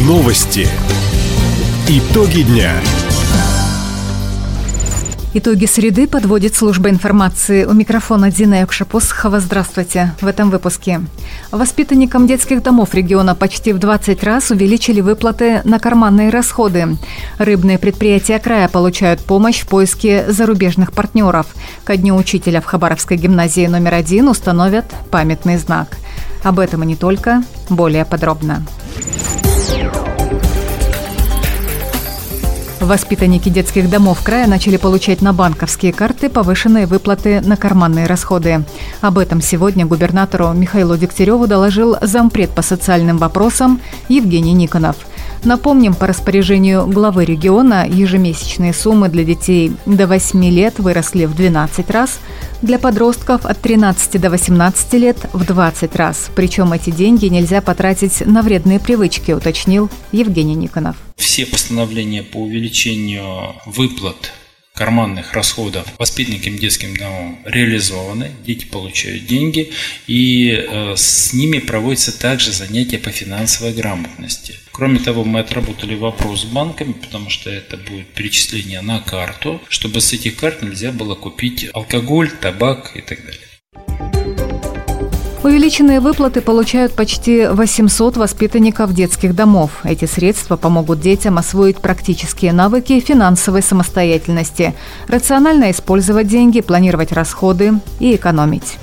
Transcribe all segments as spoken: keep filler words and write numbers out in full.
Новости. Итоги дня. Итоги среды подводит служба информации. У микрофона Дина Якшапосхова. Здравствуйте. В этом выпуске. Воспитанникам детских домов региона почти в двадцать раз увеличили выплаты на карманные расходы. Рыбные предприятия края получают помощь в поиске зарубежных партнеров. Ко дню учителя в Хабаровской гимназии номер один установят памятный знак. Об этом и не только. Более подробно. Воспитанники детских домов края начали получать на банковские карты повышенные выплаты на карманные расходы. Об этом сегодня губернатору Михаилу Дегтяреву доложил зампред по социальным вопросам Евгений Никонов. Напомним, по распоряжению главы региона ежемесячные суммы для детей до восьми лет выросли в двенадцать раз, для подростков от тринадцати до восемнадцати лет в двадцать раз. Причем эти деньги нельзя потратить на вредные привычки, уточнил Евгений Никонов. Все постановления по увеличению выплат карманных расходов воспитанникам детским домам реализованы, дети получают деньги, и э, с ними проводятся также занятия по финансовой грамотности. Кроме того, мы отработали вопрос с банками, потому что это будет перечисление на карту, чтобы с этих карт нельзя было купить алкоголь, табак и так далее. Увеличенные выплаты получают почти восемьсот воспитанников детских домов. Эти средства помогут детям освоить практические навыки финансовой самостоятельности, рационально использовать деньги, планировать расходы и экономить.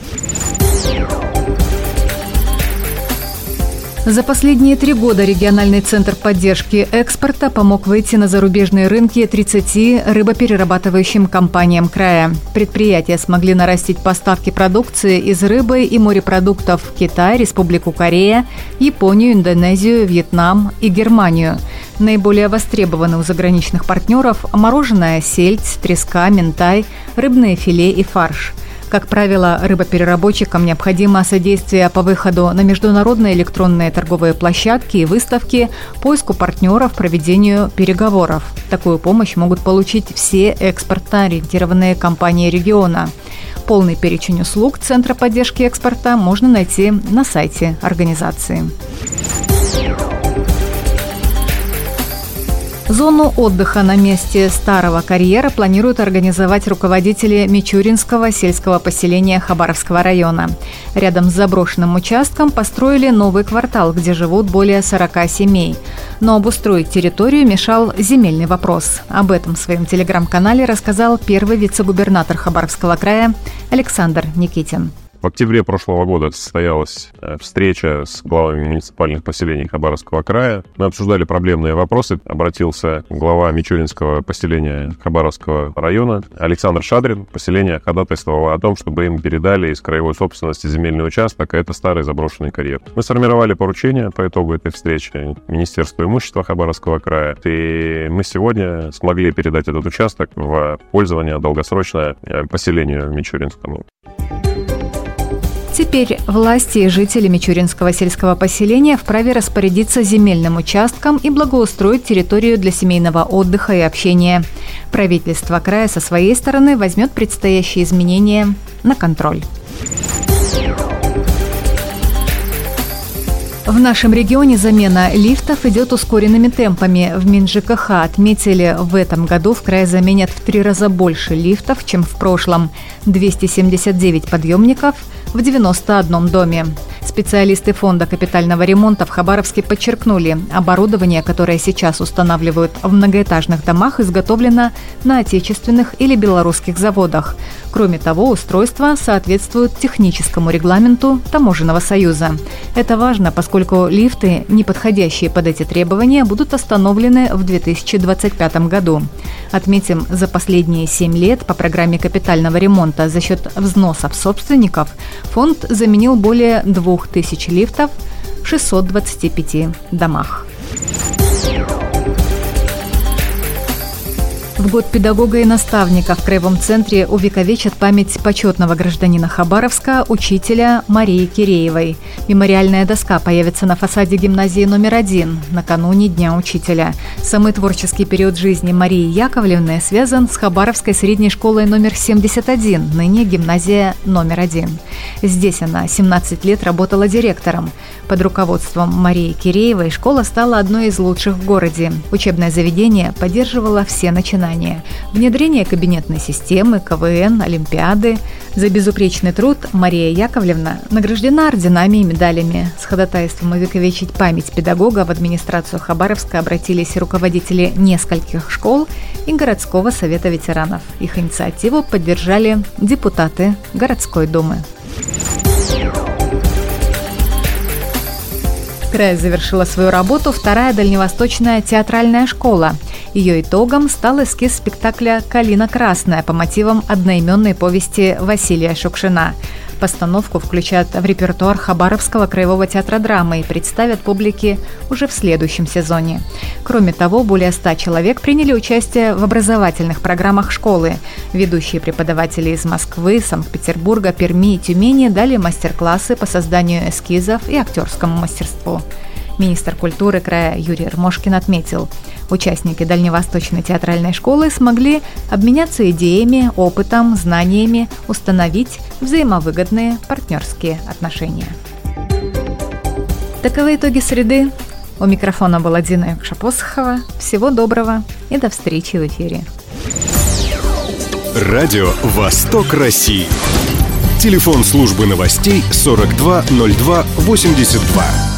За последние три года региональный центр поддержки экспорта помог выйти на зарубежные рынки тридцати рыбоперерабатывающим компаниям края. Предприятия смогли нарастить поставки продукции из рыбы и морепродуктов в Китай, Республику Корея, Японию, Индонезию, Вьетнам и Германию. Наиболее востребованы у заграничных партнеров мороженое, сельдь, треска, минтай, рыбное филе и фарш. Как правило, рыбопереработчикам необходимо содействие по выходу на международные электронные торговые площадки и выставки, поиску партнеров, проведению переговоров. Такую помощь могут получить все экспортно-ориентированные компании региона. Полный перечень услуг Центра поддержки экспорта можно найти на сайте организации. Зону отдыха на месте старого карьера планируют организовать руководители Мичуринского сельского поселения Хабаровского района. Рядом с заброшенным участком построили новый квартал, где живут более сорока семей. Но обустроить территорию мешал земельный вопрос. Об этом в своем телеграм-канале рассказал первый вице-губернатор Хабаровского края Александр Никитин. В октябре прошлого года состоялась встреча с главами муниципальных поселений Хабаровского края. Мы обсуждали проблемные вопросы. Обратился глава Мичуринского поселения Хабаровского района Александр Шадрин. Поселение ходатайствовало о том, чтобы им передали из краевой собственности земельный участок, а это старый заброшенный карьер. Мы сформировали поручение по итогу этой встречи Министерству имущества Хабаровского края. И мы сегодня смогли передать этот участок в пользование долгосрочное поселению Мичуринскому. Теперь власти и жители Мичуринского сельского поселения вправе распорядиться земельным участком и благоустроить территорию для семейного отдыха и общения. Правительство края со своей стороны возьмет предстоящие изменения на контроль. В нашем регионе замена лифтов идет ускоренными темпами. В МинЖКХ отметили, в этом году в крае заменят в три раза больше лифтов, чем в прошлом. двести семьдесят девять подъемников в девяноста одном доме. Специалисты фонда капитального ремонта в Хабаровске подчеркнули, оборудование, которое сейчас устанавливают в многоэтажных домах, изготовлено на отечественных или белорусских заводах. Кроме того, устройства соответствуют техническому регламенту Таможенного союза. Это важно, поскольку лифты, не подходящие под эти требования, будут остановлены в две тысячи двадцать пятом году. Отметим, за последние семь лет по программе капитального ремонта за счет взносов собственников фонд заменил более двух тысяч лифтов в шестистах двадцати пяти домах. В год педагога и наставника в Краевом центре увековечат память почетного гражданина Хабаровска, учителя Марии Киреевой. Мемориальная доска появится на фасаде гимназии номер один накануне Дня учителя. Самый творческий период жизни Марии Яковлевны связан с Хабаровской средней школой номер семьдесят один, ныне гимназия номер один. Здесь она семнадцать лет работала директором. Под руководством Марии Киреевой школа стала одной из лучших в городе. Учебное заведение поддерживало все начинания. Внедрение кабинетной системы, ка вэ эн, олимпиады. За безупречный труд Мария Яковлевна награждена орденами и медалями. С ходатайством увековечить память педагога в администрацию Хабаровска обратились руководители нескольких школ и городского совета ветеранов. Их инициативу поддержали депутаты городской думы. В крае завершила свою работу вторая дальневосточная театральная школа. Ее итогом стал эскиз спектакля «Калина красная» по мотивам одноименной повести Василия Шукшина. Постановку включат в репертуар Хабаровского краевого театра драмы и представят публике уже в следующем сезоне. Кроме того, более ста человек приняли участие в образовательных программах школы. Ведущие преподаватели из Москвы, Санкт-Петербурга, Перми и Тюмени дали мастер-классы по созданию эскизов и актерскому мастерству. Министр культуры края Юрий Рмошкин отметил, участники Дальневосточной театральной школы смогли обменяться идеями, опытом, знаниями, установить взаимовыгодные партнерские отношения. Таковы итоги среды. У микрофона была Дина Шапосхова. Всего доброго и до встречи в эфире. Радио «Восток России». Телефон службы новостей сорок два ноль два восемьдесят два.